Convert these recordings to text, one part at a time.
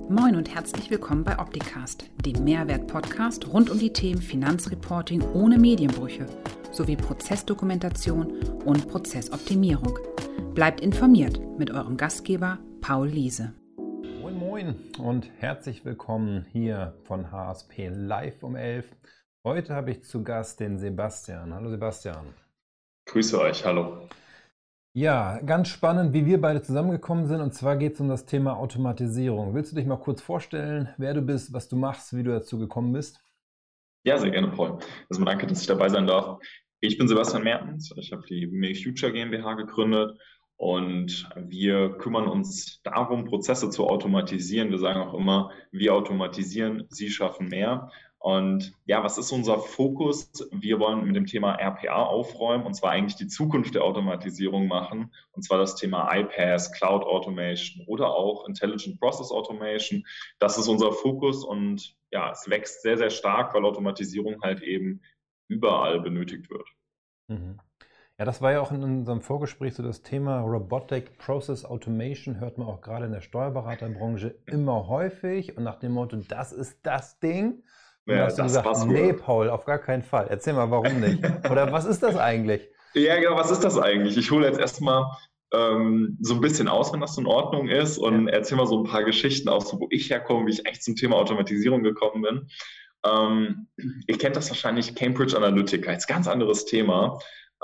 Moin und herzlich willkommen bei Opticast, dem Mehrwert-Podcast rund um die Themen Finanzreporting ohne Medienbrüche sowie Prozessdokumentation und Prozessoptimierung. Bleibt informiert mit eurem Gastgeber Paul Liese. Moin Moin und herzlich willkommen hier von HSP Live um 11. Heute habe ich zu Gast den Sebastian. Hallo Sebastian. Grüße euch, hallo. Ja, ganz spannend, wie wir beide zusammengekommen sind, und zwar geht es um das Thema Automatisierung. Willst du dich mal kurz vorstellen, wer du bist, was du machst, wie du dazu gekommen bist? Ja, sehr gerne, Paul. Also danke, dass ich dabei sein darf. Ich bin Sebastian Mertens, ich habe die Make Future GmbH gegründet und wir kümmern uns darum, Prozesse zu automatisieren. Wir sagen auch immer, wir automatisieren, Sie schaffen mehr. Und ja, was ist unser Fokus? Wir wollen mit dem Thema RPA aufräumen und zwar eigentlich die Zukunft der Automatisierung machen. Und zwar das Thema iPaaS, Cloud Automation oder auch Intelligent Process Automation. Das ist unser Fokus und ja, es wächst sehr, sehr stark, weil Automatisierung halt eben überall benötigt wird. Mhm. Ja, das war ja auch in unserem Vorgespräch so das Thema Robotic Process Automation, hört man auch gerade in der Steuerberaterbranche immer häufig und nach dem Motto, das ist das Ding. Und da hast du gesagt, nee, Paul, auf gar keinen Fall. Erzähl mal, warum nicht? Oder was ist das eigentlich? Ja, genau, was ist das eigentlich? Ich hole jetzt erstmal so ein bisschen aus, wenn das in Ordnung ist, und erzähl mal so ein paar Geschichten aus, wo ich herkomme, wie ich echt zum Thema Automatisierung gekommen bin. Ihr kennt das wahrscheinlich, Cambridge Analytica, jetzt ganz anderes Thema.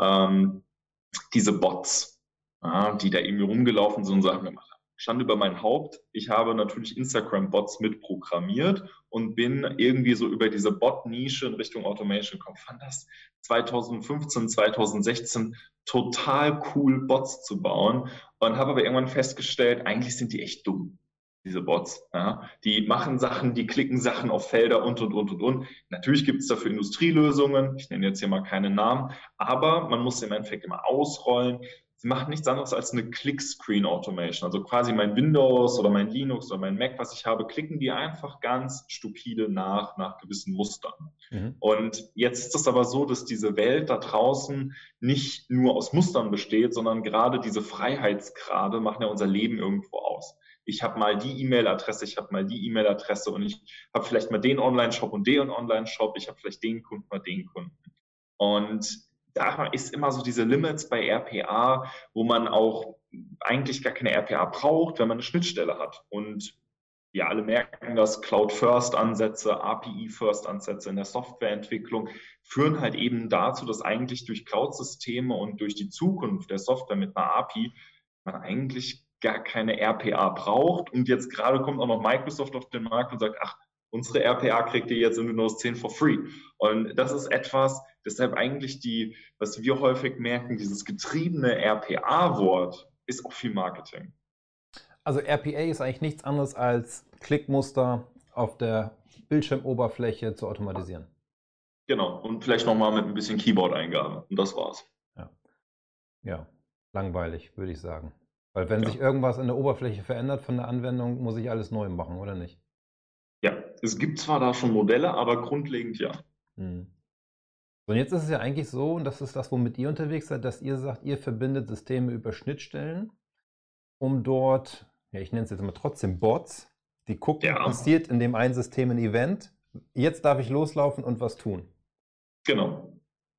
Diese Bots, die da irgendwie rumgelaufen sind und Sachen gemacht haben. Stand über mein Haupt. Ich habe natürlich Instagram-Bots mitprogrammiert und bin irgendwie so über diese Bot-Nische in Richtung Automation gekommen. Fand das 2015, 2016 total cool, Bots zu bauen, und habe aber irgendwann festgestellt, eigentlich sind die echt dumm, diese Bots. Ja. Die machen Sachen, die klicken Sachen auf Felder und. Natürlich gibt es dafür Industrielösungen, ich nenne jetzt hier mal keine Namen, aber man muss im Endeffekt immer ausrollen. Sie machen nichts anderes als eine Click-Screen-Automation. Also quasi mein Windows oder mein Linux oder mein Mac, was ich habe, klicken die einfach ganz stupide nach gewissen Mustern. Mhm. Und jetzt ist es aber so, dass diese Welt da draußen nicht nur aus Mustern besteht, sondern gerade diese Freiheitsgrade machen ja unser Leben irgendwo aus. Ich habe mal die E-Mail-Adresse, ich habe mal die E-Mail-Adresse und ich habe vielleicht mal den Online-Shop und den Online-Shop, ich habe vielleicht den Kunden, mal den Kunden. Und da ist immer so diese Limits bei RPA, wo man auch eigentlich gar keine RPA braucht, wenn man eine Schnittstelle hat. Und wir alle merken, dass Cloud-First-Ansätze, API-First-Ansätze in der Softwareentwicklung führen halt eben dazu, dass eigentlich durch Cloud-Systeme und durch die Zukunft der Software mit einer API man eigentlich gar keine RPA braucht. Und jetzt gerade kommt auch noch Microsoft auf den Markt und sagt, ach, unsere RPA kriegt ihr jetzt in Windows 10 for free. Und das ist etwas, deshalb eigentlich was wir häufig merken, dieses getriebene RPA-Wort ist auch viel Marketing. Also RPA ist eigentlich nichts anderes als Klickmuster auf der Bildschirmoberfläche zu automatisieren. Genau, und vielleicht nochmal mit ein bisschen Keyboard-Eingabe. Und das war's. Ja, langweilig, würde ich sagen. Weil wenn sich irgendwas in der Oberfläche verändert von der Anwendung, muss ich alles neu machen, oder nicht? Ja, es gibt zwar da schon Modelle, aber grundlegend ja. Und jetzt ist es ja eigentlich so, und das ist das, womit ihr unterwegs seid, dass ihr sagt, ihr verbindet Systeme über Schnittstellen, um dort, ja, ich nenne es jetzt mal trotzdem Bots, die gucken, passiert in dem einen System ein Event, jetzt darf ich loslaufen und was tun. Genau.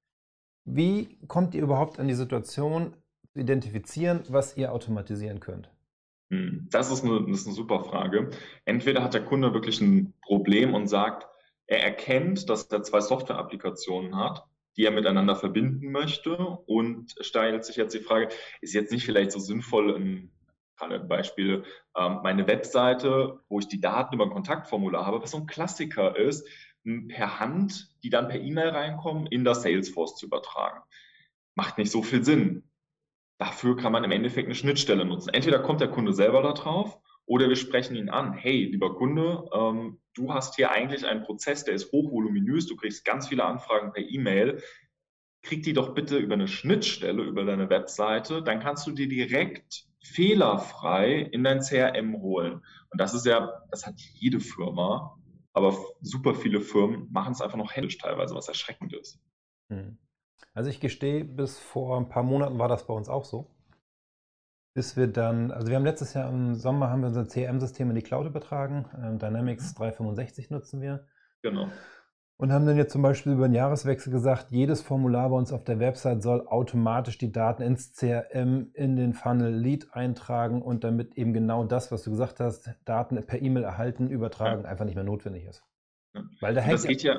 Wie kommt ihr überhaupt an die Situation, zu identifizieren, was ihr automatisieren könnt? Das ist eine super Frage. Entweder hat der Kunde wirklich ein Problem und sagt, er erkennt, dass er 2 Software-Applikationen hat, die er miteinander verbinden möchte, und stellt sich jetzt die Frage, ist jetzt nicht vielleicht so sinnvoll, gerade ein Beispiel, meine Webseite, wo ich die Daten über ein Kontaktformular habe, was so ein Klassiker ist, per Hand, die dann per E-Mail reinkommen, in das Salesforce zu übertragen. Macht nicht so viel Sinn. Dafür kann man im Endeffekt eine Schnittstelle nutzen. Entweder kommt der Kunde selber da drauf oder wir sprechen ihn an. Hey, lieber Kunde, du hast hier eigentlich einen Prozess, der ist hochvoluminös, du kriegst ganz viele Anfragen per E-Mail. Krieg die doch bitte über eine Schnittstelle, über deine Webseite, dann kannst du die direkt fehlerfrei in dein CRM holen. Und das hat jede Firma, aber super viele Firmen machen es einfach noch händisch teilweise, was erschreckend ist. Also ich gestehe, bis vor ein paar Monaten war das bei uns auch so. Bis wir dann, also wir haben letztes Jahr im Sommer haben wir unser CRM-System in die Cloud übertragen. Dynamics 365 nutzen wir. Genau. Und haben dann jetzt zum Beispiel über den Jahreswechsel gesagt, jedes Formular bei uns auf der Website soll automatisch die Daten ins CRM, in den Funnel Lead eintragen und damit eben genau das, was du gesagt hast, Daten per E-Mail erhalten, übertragen, einfach nicht mehr notwendig ist. Ja. Weil da Und das hängt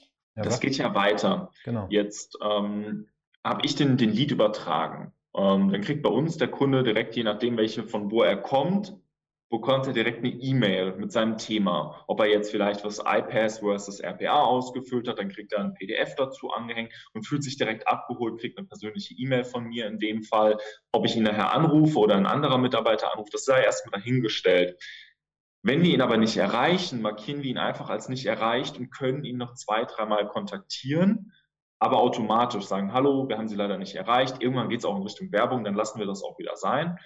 geht ja weiter. Genau. Jetzt habe ich den Lead übertragen. Dann kriegt bei uns der Kunde direkt, je nachdem, von wo er kommt, bekommt er direkt eine E-Mail mit seinem Thema. Ob er jetzt vielleicht was iPaaS versus RPA ausgefüllt hat, dann kriegt er ein PDF dazu angehängt und fühlt sich direkt abgeholt, kriegt eine persönliche E-Mail von mir in dem Fall. Ob ich ihn nachher anrufe oder ein anderer Mitarbeiter anruft, das sei erstmal dahingestellt. Wenn wir ihn aber nicht erreichen, markieren wir ihn einfach als nicht erreicht und können ihn noch 2-3 Mal kontaktieren, aber automatisch sagen, hallo, wir haben Sie leider nicht erreicht. Irgendwann geht es auch in Richtung Werbung, dann lassen wir das auch wieder sein.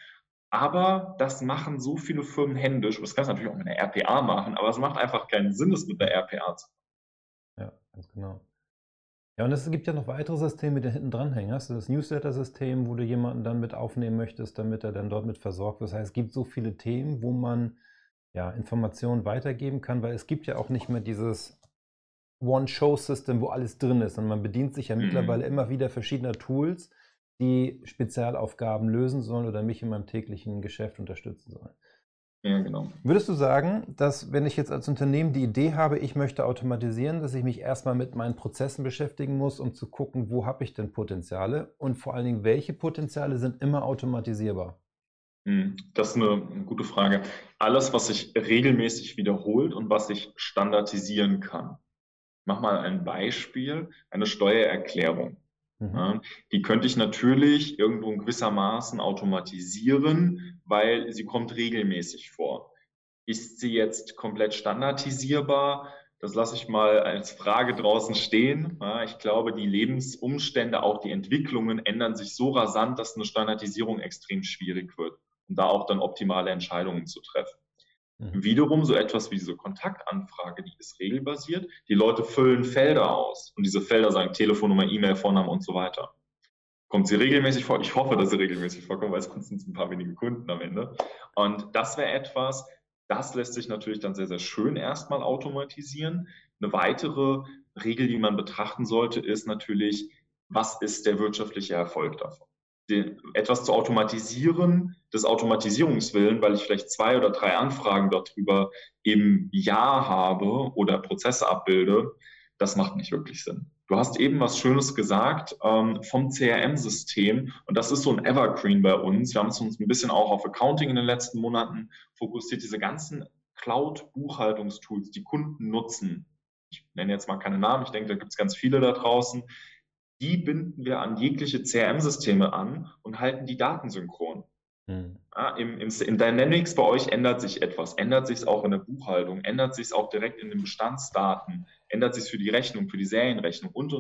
Aber das machen so viele Firmen händisch. Das kannst du natürlich auch mit einer RPA machen, aber es macht einfach keinen Sinn, das mit einer RPA zu machen. Ja, ganz genau. Ja, und es gibt ja noch weitere Systeme, die da hinten dranhängen. Hast du das Newsletter-System, wo du jemanden dann mit aufnehmen möchtest, damit er dann dort mit versorgt wird? Das heißt, es gibt so viele Themen, wo man ja Informationen weitergeben kann, weil es gibt ja auch nicht mehr dieses One-Show-System, wo alles drin ist. Und man bedient sich ja mittlerweile immer wieder verschiedener Tools, die Spezialaufgaben lösen sollen oder mich in meinem täglichen Geschäft unterstützen sollen. Ja, genau. Würdest du sagen, dass wenn ich jetzt als Unternehmen die Idee habe, ich möchte automatisieren, dass ich mich erstmal mit meinen Prozessen beschäftigen muss, um zu gucken, wo habe ich denn Potenziale und vor allen Dingen, welche Potenziale sind immer automatisierbar? Das ist eine gute Frage. Alles, was sich regelmäßig wiederholt und was ich standardisieren kann. Ich mache mal ein Beispiel, eine Steuererklärung. Ja, die könnte ich natürlich irgendwo in gewissermaßen automatisieren, weil sie kommt regelmäßig vor. Ist sie jetzt komplett standardisierbar? Das lasse ich mal als Frage draußen stehen. Ja, ich glaube, die Lebensumstände, auch die Entwicklungen ändern sich so rasant, dass eine Standardisierung extrem schwierig wird, um da auch dann optimale Entscheidungen zu treffen. Wiederum so etwas wie diese Kontaktanfrage, die ist regelbasiert. Die Leute füllen Felder aus und diese Felder sagen Telefonnummer, E-Mail, Vorname und so weiter. Kommt sie regelmäßig vor? Ich hoffe, dass sie regelmäßig vorkommt, weil es sind ein paar wenige Kunden am Ende. Und das wäre etwas, das lässt sich natürlich dann sehr, sehr schön erstmal automatisieren. Eine weitere Regel, die man betrachten sollte, ist natürlich, was ist der wirtschaftliche Erfolg davon? Etwas zu automatisieren, des Automatisierungswillen, weil ich vielleicht 2 oder 3 Anfragen darüber im Jahr habe oder Prozesse abbilde, das macht nicht wirklich Sinn. Du hast eben was Schönes gesagt vom CRM-System und das ist so ein Evergreen bei uns. Wir haben uns ein bisschen auch auf Accounting in den letzten Monaten fokussiert. Diese ganzen Cloud-Buchhaltungstools, die Kunden nutzen, ich nenne jetzt mal keine Namen, ich denke, da gibt es ganz viele da draußen, die binden wir an jegliche CRM-Systeme an und halten die Daten synchron. Ja, in Dynamics bei euch ändert sich etwas, ändert sich es auch in der Buchhaltung, ändert sich es auch direkt in den Bestandsdaten, ändert sich es für die Rechnung, für die Serienrechnung und.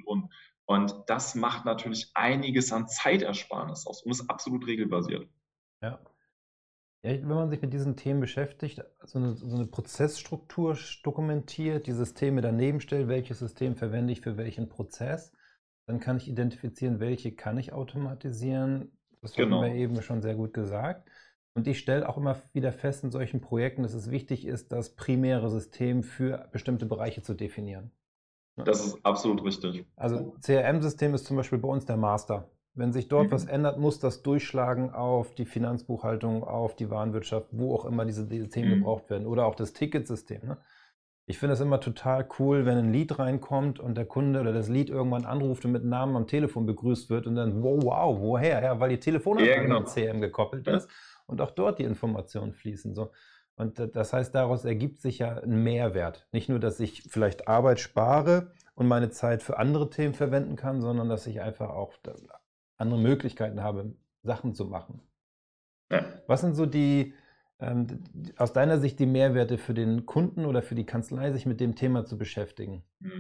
Und das macht natürlich einiges an Zeitersparnis aus und ist absolut regelbasiert. Ja. Ja, wenn man sich mit diesen Themen beschäftigt, so eine Prozessstruktur dokumentiert, die Systeme daneben stellt, welches System verwende ich für welchen Prozess, dann kann ich identifizieren, welche kann ich automatisieren. Das haben wir eben schon sehr gut gesagt. Und ich stelle auch immer wieder fest in solchen Projekten, dass es wichtig ist, das primäre System für bestimmte Bereiche zu definieren. Das ist absolut richtig. Also CRM-System ist zum Beispiel bei uns der Master. Wenn sich dort was ändert, muss das durchschlagen auf die Finanzbuchhaltung, auf die Warenwirtschaft, wo auch immer diese Themen gebraucht werden. Oder auch das Ticketsystem. Ne? Ich finde es immer total cool, wenn ein Lied reinkommt und der Kunde oder das Lied irgendwann anruft und mit Namen am Telefon begrüßt wird und dann, wow, woher? Ja, weil die Telefonanlage an CRM gekoppelt ist und auch dort die Informationen fließen. So. Und das heißt, daraus ergibt sich ja ein Mehrwert. Nicht nur, dass ich vielleicht Arbeit spare und meine Zeit für andere Themen verwenden kann, sondern dass ich einfach auch andere Möglichkeiten habe, Sachen zu machen. Ja. Was sind so aus deiner Sicht die Mehrwerte für den Kunden oder für die Kanzlei, sich mit dem Thema zu beschäftigen?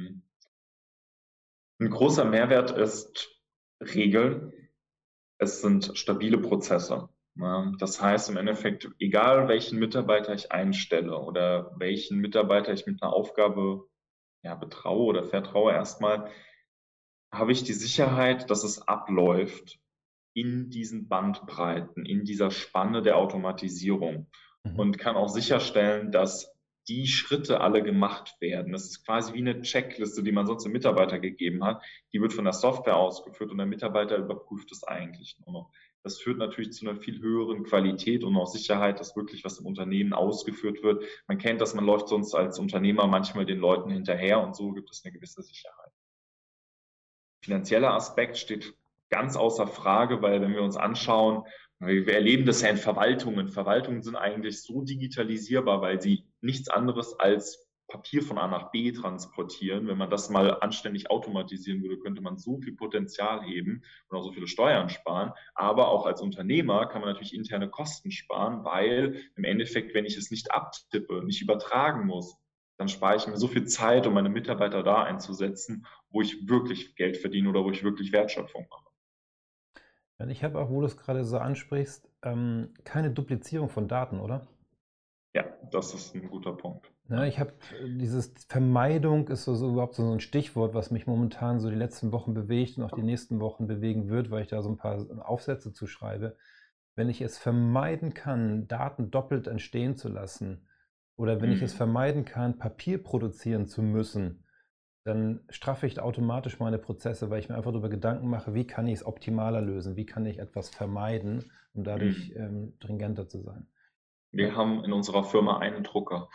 Ein großer Mehrwert ist Regeln. Es sind stabile Prozesse. Das heißt im Endeffekt, egal welchen Mitarbeiter ich einstelle oder welchen Mitarbeiter ich mit einer Aufgabe betraue oder vertraue erstmal, habe ich die Sicherheit, dass es abläuft in diesen Bandbreiten, in dieser Spanne der Automatisierung und kann auch sicherstellen, dass die Schritte alle gemacht werden. Das ist quasi wie eine Checkliste, die man sonst dem Mitarbeiter gegeben hat. Die wird von der Software ausgeführt und der Mitarbeiter überprüft es eigentlich nur noch. Das führt natürlich zu einer viel höheren Qualität und auch Sicherheit, dass wirklich was im Unternehmen ausgeführt wird. Man kennt das, man läuft sonst als Unternehmer manchmal den Leuten hinterher und so gibt es eine gewisse Sicherheit. Finanzieller Aspekt steht ganz außer Frage, weil wenn wir uns anschauen, wir erleben das ja in Verwaltungen. Verwaltungen sind eigentlich so digitalisierbar, weil sie nichts anderes als Papier von A nach B transportieren. Wenn man das mal anständig automatisieren würde, könnte man so viel Potenzial heben und auch so viele Steuern sparen. Aber auch als Unternehmer kann man natürlich interne Kosten sparen, weil im Endeffekt, wenn ich es nicht abtippe, nicht übertragen muss, dann spare ich mir so viel Zeit, um meine Mitarbeiter da einzusetzen, wo ich wirklich Geld verdiene oder wo ich wirklich Wertschöpfung mache. Und ich habe auch, wo du es gerade so ansprichst, keine Duplizierung von Daten, oder? Ja, das ist ein guter Punkt. Ja, ich habe dieses Vermeidung ist so überhaupt so ein Stichwort, was mich momentan so die letzten Wochen bewegt und auch die nächsten Wochen bewegen wird, weil ich da so ein paar Aufsätze zu schreibe. Wenn ich es vermeiden kann, Daten doppelt entstehen zu lassen oder wenn ich es vermeiden kann, Papier produzieren zu müssen, dann straffe ich automatisch meine Prozesse, weil ich mir einfach darüber Gedanken mache, wie kann ich es optimaler lösen, wie kann ich etwas vermeiden, um dadurch stringenter zu sein. Wir haben in unserer Firma einen Drucker.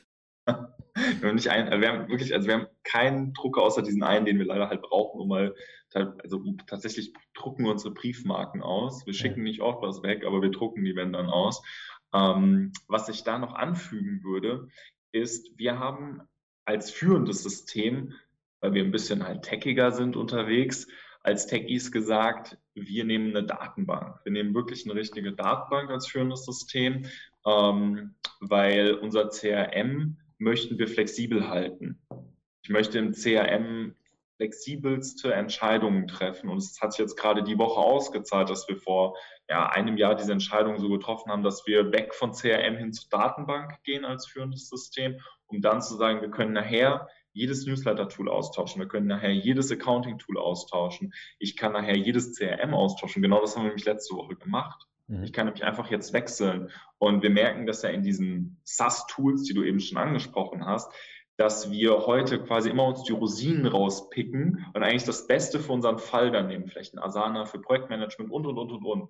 Wir haben keinen Drucker außer diesen einen, den wir leider halt brauchen, tatsächlich drucken wir unsere Briefmarken aus. Wir schicken nicht oft was weg, aber wir drucken die wenn dann aus. Was ich da noch anfügen würde, ist, wir haben als führendes System, weil wir ein bisschen halt techiger sind unterwegs, als Techies gesagt, wir nehmen eine Datenbank. Wir nehmen wirklich eine richtige Datenbank als führendes System, weil unser CRM möchten wir flexibel halten. Ich möchte im CRM flexibelste Entscheidungen treffen und es hat sich jetzt gerade die Woche ausgezahlt, dass wir vor einem Jahr diese Entscheidung so getroffen haben, dass wir weg von CRM hin zu Datenbank gehen als führendes System, um dann zu sagen, wir können nachher jedes Newsletter-Tool austauschen, wir können nachher jedes Accounting-Tool austauschen, ich kann nachher jedes CRM austauschen. Genau das haben wir nämlich letzte Woche gemacht. Ich kann nämlich einfach jetzt wechseln und wir merken, dass ja in diesen SaaS-Tools, die du eben schon angesprochen hast, dass wir heute quasi immer uns die Rosinen rauspicken und eigentlich das Beste für unseren Fall dann nehmen, vielleicht ein Asana für Projektmanagement und.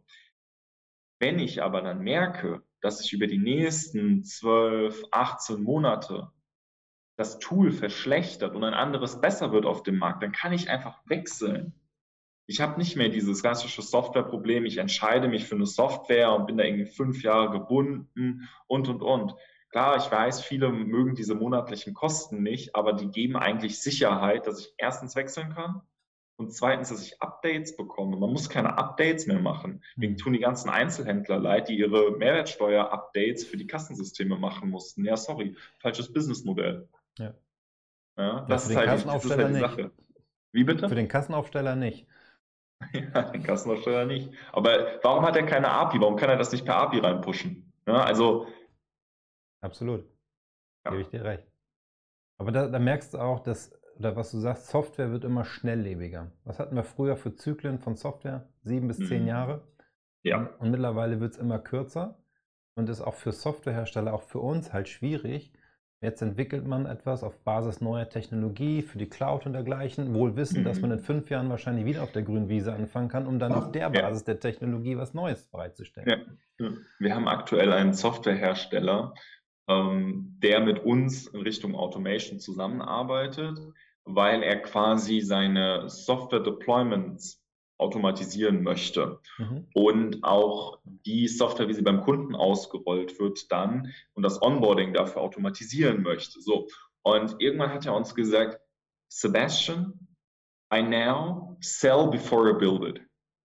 Wenn ich aber dann merke, dass ich über die nächsten 12, 18 Monate das Tool verschlechtert und ein anderes besser wird auf dem Markt, dann kann ich einfach wechseln. Ich habe nicht mehr dieses klassische Softwareproblem, ich entscheide mich für eine Software und bin da irgendwie 5 Jahre gebunden und. Klar, ich weiß, viele mögen diese monatlichen Kosten nicht, aber die geben eigentlich Sicherheit, dass ich erstens wechseln kann und zweitens, dass ich Updates bekomme. Man muss keine Updates mehr machen. Mir tun die ganzen Einzelhändler leid, die ihre Mehrwertsteuer-Updates für die Kassensysteme machen mussten. Ja, sorry, falsches Businessmodell. Ja, das ist halt die Sache. Wie bitte? Für den Kassenaufsteller nicht. Ja, den Kassenaufsteller nicht. Aber warum hat er keine API? Warum kann er das nicht per API reinpushen? Ja, also. Absolut. Gebe ich dir recht. Aber da merkst du auch, oder was du sagst, Software wird immer schnelllebiger. Was hatten wir früher für Zyklen von Software? 7 bis 10 Jahre. Ja. Und mittlerweile wird es immer kürzer und ist auch für Softwarehersteller, auch für uns halt schwierig. Jetzt entwickelt man etwas auf Basis neuer Technologie für die Cloud und dergleichen, wohl wissen, dass man in 5 Jahren wahrscheinlich wieder auf der grünen Wiese anfangen kann, um dann auf der Basis der Technologie was Neues bereitzustellen. Ja. Wir haben aktuell einen Softwarehersteller, der mit uns in Richtung Automation zusammenarbeitet, weil er quasi seine Software-Deployments automatisieren möchte und auch die Software, wie sie beim Kunden ausgerollt wird, dann und das Onboarding dafür automatisieren möchte. So. Und irgendwann hat er uns gesagt, Sebastian, I now sell before I build it.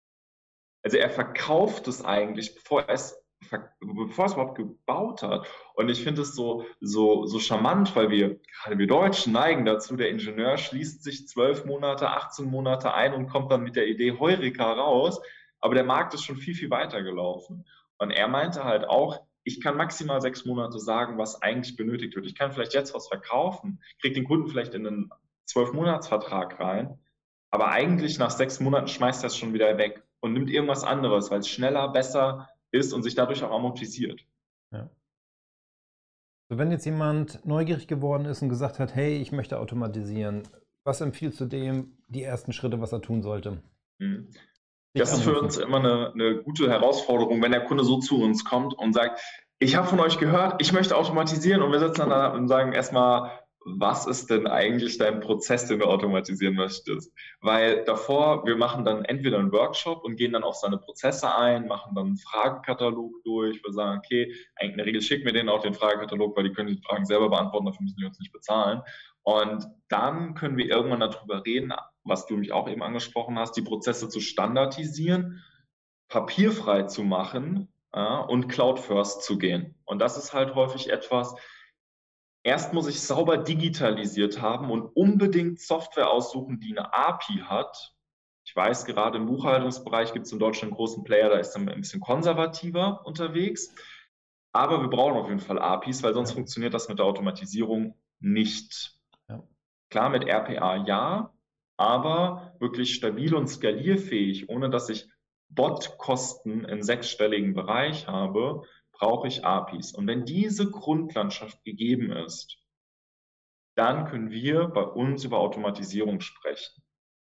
Also er verkauft es eigentlich, bevor er es überhaupt gebaut hat. Und ich finde es so charmant, weil gerade wir Deutschen neigen dazu, der Ingenieur schließt sich 12 Monate, 18 Monate ein und kommt dann mit der Idee Heureka raus. Aber der Markt ist schon viel, viel weiter gelaufen. Und er meinte halt auch, ich kann maximal 6 Monate sagen, was eigentlich benötigt wird. Ich kann vielleicht jetzt was verkaufen, kriege den Kunden vielleicht in einen 12-Monats-Vertrag rein, aber eigentlich nach 6 Monaten schmeißt er es schon wieder weg. und nimmt irgendwas anderes, weil es schneller, besser ist und sich dadurch auch amortisiert. Ja. So, wenn jetzt jemand neugierig geworden ist und gesagt hat, hey, ich möchte automatisieren, was empfiehlst du dem, die ersten Schritte, was er tun sollte? Das ist für uns immer eine gute Herausforderung, wenn der Kunde so zu uns kommt und sagt, ich habe von euch gehört, ich möchte automatisieren, und wir sitzen dann da und sagen erstmal, was ist denn eigentlich dein Prozess, den du automatisieren möchtest? Weil davor, wir machen dann entweder einen Workshop und gehen dann auf seine Prozesse ein, machen dann einen Fragenkatalog durch, wir sagen, okay, eigentlich in der Regel schicken wir denen auch den Fragenkatalog, weil die können die Fragen selber beantworten, dafür müssen die uns nicht bezahlen. Und dann können wir irgendwann darüber reden, was du mich auch eben angesprochen hast, die Prozesse zu standardisieren, papierfrei zu machen, und Cloud First zu gehen. Und das ist halt häufig etwas, erst muss ich sauber digitalisiert haben und unbedingt Software aussuchen, die eine API hat. Ich weiß, gerade im Buchhaltungsbereich gibt es in Deutschland einen großen Player, da ist dann ein bisschen konservativer unterwegs. Aber wir brauchen auf jeden Fall APIs, weil sonst funktioniert das mit der Automatisierung nicht. Ja. Klar, mit RPA ja, aber wirklich stabil und skalierfähig, ohne dass ich Bot-Kosten im 6-stelligen Bereich habe, brauche ich APIs. Und wenn diese Grundlandschaft gegeben ist, dann können wir bei uns über Automatisierung sprechen.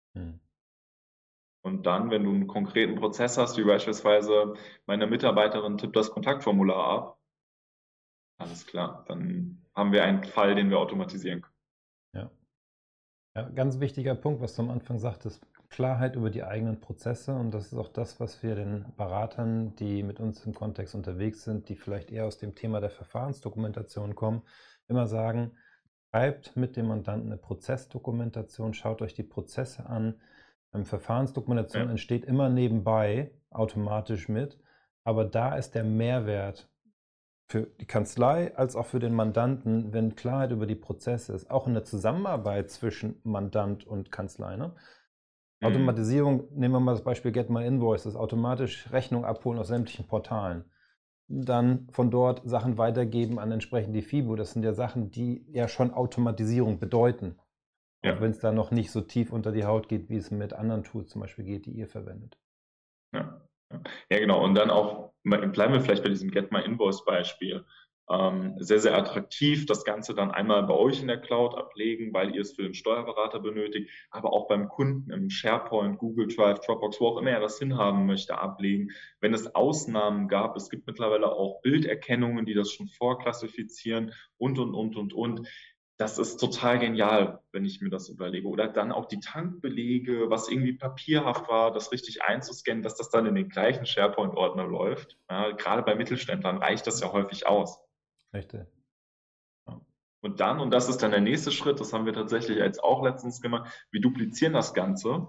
Und dann, wenn du einen konkreten Prozess hast, wie beispielsweise meine Mitarbeiterin tippt das Kontaktformular ab, alles klar, dann haben wir einen Fall, den wir automatisieren können. Ja, ganz wichtiger Punkt, was du am Anfang sagtest, Klarheit über die eigenen Prozesse, und das ist auch das, was wir den Beratern, die mit uns im Kontext unterwegs sind, die vielleicht eher aus dem Thema der Verfahrensdokumentation kommen, immer sagen, schreibt mit dem Mandanten eine Prozessdokumentation, schaut euch die Prozesse an. Verfahrensdokumentation entsteht immer nebenbei automatisch mit, aber da ist der Mehrwert für die Kanzlei als auch für den Mandanten, wenn Klarheit über die Prozesse ist, auch in der Zusammenarbeit zwischen Mandant und Kanzlei. Ne? Automatisierung, nehmen wir mal das Beispiel Get My Invoices, automatisch Rechnung abholen aus sämtlichen Portalen. Dann von dort Sachen weitergeben an entsprechend die FIBO. Das sind ja Sachen, die ja schon Automatisierung bedeuten. Auch wenn es da noch nicht so tief unter die Haut geht, wie es mit anderen Tools zum Beispiel geht, die ihr verwendet. Ja, genau. Und dann auch, bleiben wir vielleicht bei diesem Get My Invoice Beispiel. Sehr, sehr attraktiv, das Ganze dann einmal bei euch in der Cloud ablegen, weil ihr es für den Steuerberater benötigt, aber auch beim Kunden im SharePoint, Google Drive, Dropbox, wo auch immer er das hinhaben möchte, ablegen. Wenn es Ausnahmen gab, es gibt mittlerweile auch Bilderkennungen, die das schon vorklassifizieren und. Das ist total genial, wenn ich mir das überlege. Oder dann auch die Tankbelege, was irgendwie papierhaft war, das richtig einzuscannen, dass das dann in den gleichen SharePoint-Ordner läuft. Ja, gerade bei Mittelständlern reicht das ja häufig aus. Richtig. Und dann, und das ist dann der nächste Schritt, das haben wir tatsächlich jetzt auch letztens gemacht, wir duplizieren das Ganze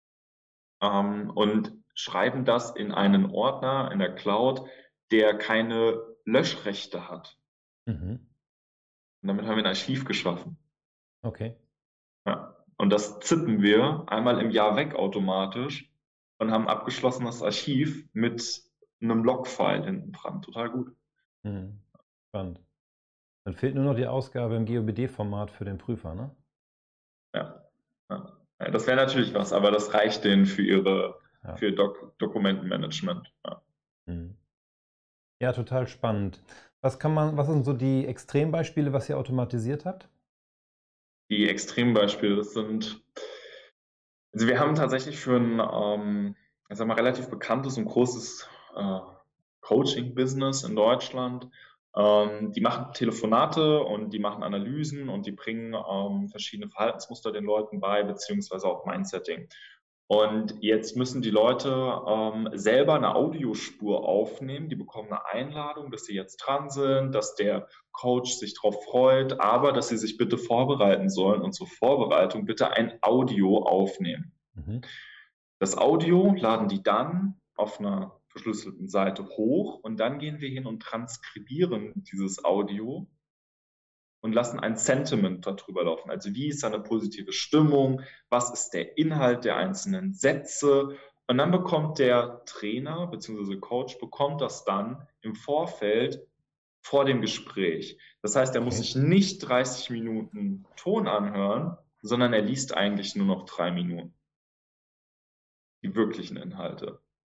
und schreiben das in einen Ordner in der Cloud, der keine Löschrechte hat. Und damit haben wir ein Archiv geschaffen. Okay. Ja. Und das zippen wir einmal im Jahr weg automatisch und haben abgeschlossenes Archiv mit einem Log-File hinten dran. Total gut. Spannend. Dann fehlt nur noch die Ausgabe im GOBD-Format für den Prüfer, ne? Ja. Das wäre natürlich was, aber das reicht denen für ihr Dokumentenmanagement. Ja, total spannend. Was sind so die Extrembeispiele, was ihr automatisiert habt? Die Extrembeispiele, das sind, also wir haben tatsächlich für ein, relativ bekanntes und großes Coaching-Business in Deutschland, die machen Telefonate und die machen Analysen und die bringen verschiedene Verhaltensmuster den Leuten bei, beziehungsweise auch Mindsetting. Und jetzt müssen die Leute selber eine Audiospur aufnehmen. Die bekommen eine Einladung, dass sie jetzt dran sind, dass der Coach sich darauf freut, aber dass sie sich bitte vorbereiten sollen und zur Vorbereitung bitte ein Audio aufnehmen. Das Audio laden die dann auf einer verschlüsselten Seite hoch und dann gehen wir hin und transkribieren dieses Audio und lassen ein Sentiment darüber laufen. Also wie ist eine positive Stimmung, was ist der Inhalt der einzelnen Sätze, und dann bekommt der Trainer bzw. Coach bekommt das dann im Vorfeld vor dem Gespräch. Das heißt, er muss sich nicht 30 Minuten Ton anhören, sondern er liest eigentlich nur noch 3 Minuten. Die wirklichen Inhalte.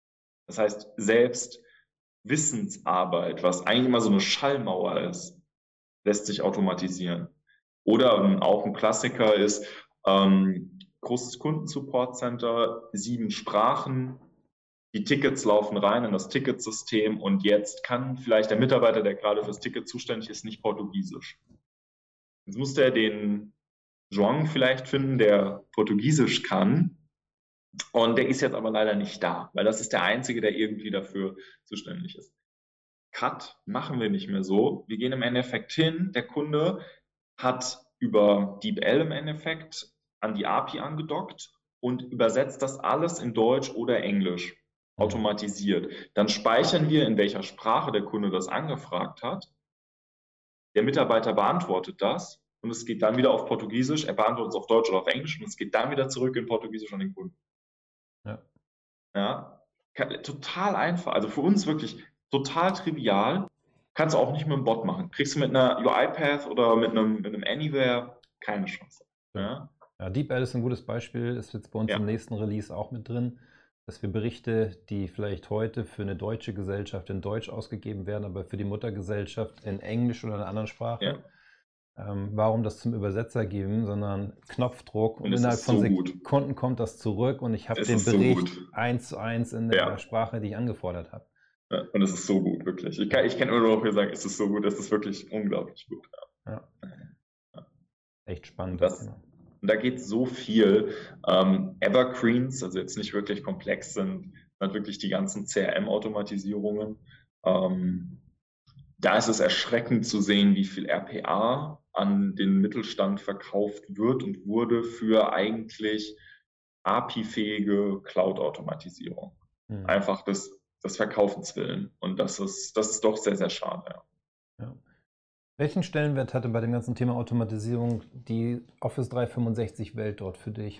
Das heißt, selbst Wissensarbeit, was eigentlich immer so eine Schallmauer ist, lässt sich automatisieren. Oder auch ein Klassiker ist, großes Kundensupport-Center, 7 Sprachen, die Tickets laufen rein in das Ticketsystem und jetzt kann vielleicht der Mitarbeiter, der gerade fürs Ticket zuständig ist, nicht Portugiesisch. Jetzt muss der den João vielleicht finden, der Portugiesisch kann. Und der ist jetzt aber leider nicht da, weil das ist der Einzige, der irgendwie dafür zuständig ist. Cut machen wir nicht mehr so. Wir gehen im Endeffekt hin, der Kunde hat über DeepL im Endeffekt an die API angedockt und übersetzt das alles in Deutsch oder Englisch automatisiert. Dann speichern wir, in welcher Sprache der Kunde das angefragt hat. Der Mitarbeiter beantwortet das und es geht dann wieder auf Portugiesisch, er beantwortet es auf Deutsch oder auf Englisch und es geht dann wieder zurück in Portugiesisch an den Kunden. Ja, total einfach. Also für uns wirklich total trivial. Kannst du auch nicht mit einem Bot machen. Kriegst du mit einer UiPath oder mit einem Anywhere keine Chance. Ja, DeepL ist ein gutes Beispiel, ist jetzt bei uns im nächsten Release auch mit drin, dass wir Berichte, die vielleicht heute für eine deutsche Gesellschaft in Deutsch ausgegeben werden, aber für die Muttergesellschaft in Englisch oder in einer anderen Sprache, warum das zum Übersetzer geben, sondern Knopfdruck und innerhalb von Sekunden kommt das zurück und ich habe den Bericht 1:1 in der Sprache, die ich angefordert habe. Ja, und es ist so gut, wirklich. Ich kann nur noch sagen, es ist so gut, es ist wirklich unglaublich gut. Ja. Echt spannend. Und da geht so viel. Evergreens, also jetzt nicht wirklich komplex sind wirklich die ganzen CRM-Automatisierungen. Da ist es erschreckend zu sehen, wie viel RPA an den Mittelstand verkauft wird und wurde für eigentlich API-fähige Cloud-Automatisierung. Einfach des Verkaufens willen. Und das ist doch sehr, sehr schade. Ja. Welchen Stellenwert hatte bei dem ganzen Thema Automatisierung die Office 365 Welt dort für dich?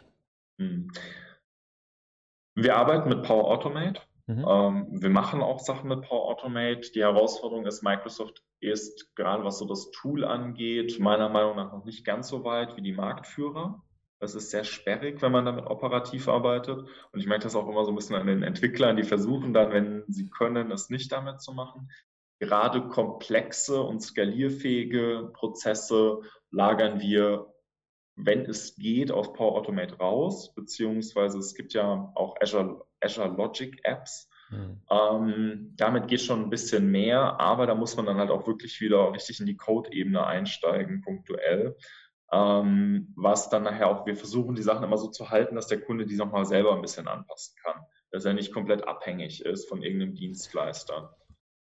Wir arbeiten mit Power Automate. Wir machen auch Sachen mit Power Automate. Die Herausforderung ist, Microsoft ist gerade was so das Tool angeht, meiner Meinung nach noch nicht ganz so weit wie die Marktführer. Das ist sehr sperrig, wenn man damit operativ arbeitet. Und ich merke das auch immer so ein bisschen an den Entwicklern, die versuchen dann, wenn sie können, es nicht damit zu machen. Gerade komplexe und skalierfähige Prozesse lagern wir, wenn es geht, auf Power Automate raus, beziehungsweise es gibt ja auch Azure Logic Apps. Damit geht schon ein bisschen mehr, aber da muss man dann halt auch wirklich wieder richtig in die Code-Ebene einsteigen, punktuell. Was dann nachher auch, wir versuchen die Sachen immer so zu halten, dass der Kunde die nochmal selber ein bisschen anpassen kann, dass er nicht komplett abhängig ist von irgendeinem Dienstleister.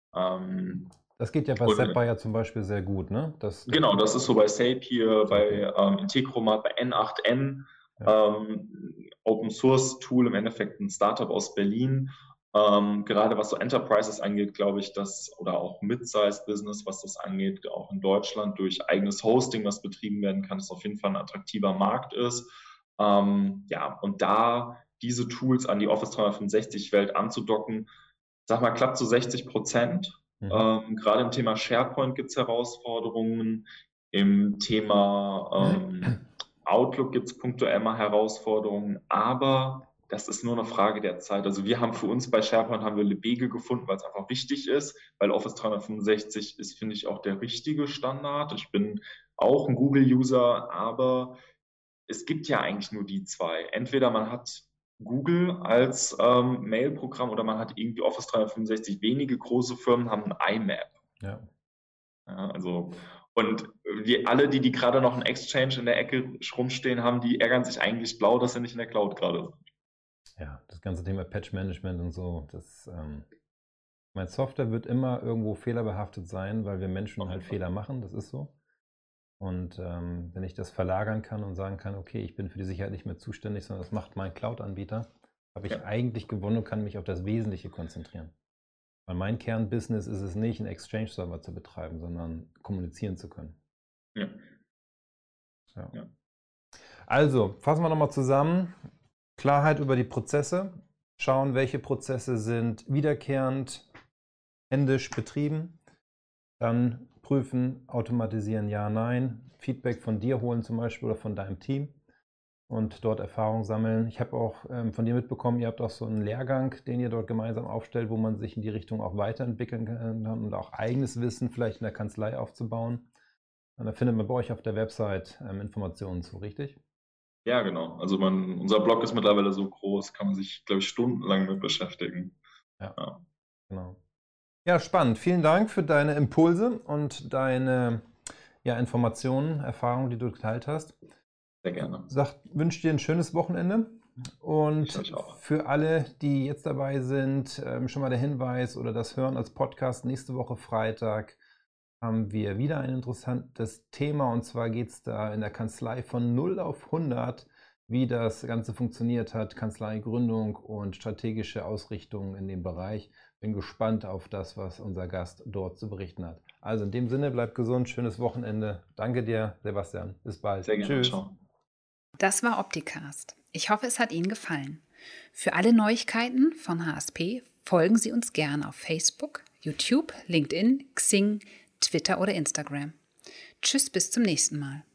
Das geht ja bei Sapphire zum Beispiel sehr gut, ne? Genau, das ist so bei Zapier, bei Integromat, bei N8N, Open Source Tool, im Endeffekt ein Startup aus Berlin. Gerade was so Enterprises angeht, glaube ich, oder auch Mid-Size Business, was das angeht, auch in Deutschland durch eigenes Hosting, was betrieben werden kann, das auf jeden Fall ein attraktiver Markt ist. Und da diese Tools an die Office 365 Welt anzudocken, sag mal, klappt so 60%. Gerade im Thema SharePoint gibt es Herausforderungen, im Thema Outlook gibt es punktuell mal Herausforderungen, aber das ist nur eine Frage der Zeit. Also wir haben für uns bei SharePoint Wege gefunden, weil es einfach wichtig ist, weil Office 365 ist, finde ich, auch der richtige Standard. Ich bin auch ein Google-User, aber es gibt ja eigentlich nur die zwei. Entweder man hat Google als Mail-Programm oder man hat irgendwie Office 365. Wenige große Firmen haben ein IMAP. Ja, also, und alle, die gerade noch ein Exchange in der Ecke rumstehen haben, die ärgern sich eigentlich blau, dass sie nicht in der Cloud gerade sind. Ja, das ganze Thema Patch-Management und so, meine Software wird immer irgendwo fehlerbehaftet sein, weil wir Menschen halt Fehler machen, das ist so. Und wenn ich das verlagern kann und sagen kann, okay, ich bin für die Sicherheit nicht mehr zuständig, sondern das macht mein Cloud-Anbieter, habe ich eigentlich gewonnen und kann mich auf das Wesentliche konzentrieren. Weil mein Kernbusiness ist es nicht, einen Exchange-Server zu betreiben, sondern kommunizieren zu können. Ja. Also, fassen wir nochmal zusammen. Klarheit über die Prozesse. Schauen, welche Prozesse sind wiederkehrend, händisch betrieben. Dann prüfen, automatisieren, ja, nein. Feedback von dir holen zum Beispiel oder von deinem Team. und dort Erfahrung sammeln. Ich habe auch von dir mitbekommen, ihr habt auch so einen Lehrgang, den ihr dort gemeinsam aufstellt, wo man sich in die Richtung auch weiterentwickeln kann und auch eigenes Wissen vielleicht in der Kanzlei aufzubauen. Und da findet man bei euch auf der Website Informationen zu, richtig? Ja, genau. Also unser Blog ist mittlerweile so groß, kann man sich, glaube ich, stundenlang mit beschäftigen. Ja, Ja. genau. Ja, spannend. Vielen Dank für deine Impulse und deine Informationen, Erfahrungen, die du geteilt hast. Sehr gerne. Wünsche dir ein schönes Wochenende. Und Ich euch auch. für alle, die jetzt dabei sind, schon mal der Hinweis oder das Hören als Podcast. Nächste Woche Freitag haben wir wieder ein interessantes Thema. Und zwar geht es da in der Kanzlei von 0 auf 100, wie das Ganze funktioniert hat, Kanzleigründung und strategische Ausrichtung in dem Bereich. Bin gespannt auf das, was unser Gast dort zu berichten hat. Also in dem Sinne, bleib gesund, schönes Wochenende. Danke dir, Sebastian. Bis bald. Sehr gerne. Tschüss. Ciao. Das war Opticast. Ich hoffe, es hat Ihnen gefallen. Für alle Neuigkeiten von HSP folgen Sie uns gerne auf Facebook, YouTube, LinkedIn, Xing, Twitter oder Instagram. Tschüss, bis zum nächsten Mal.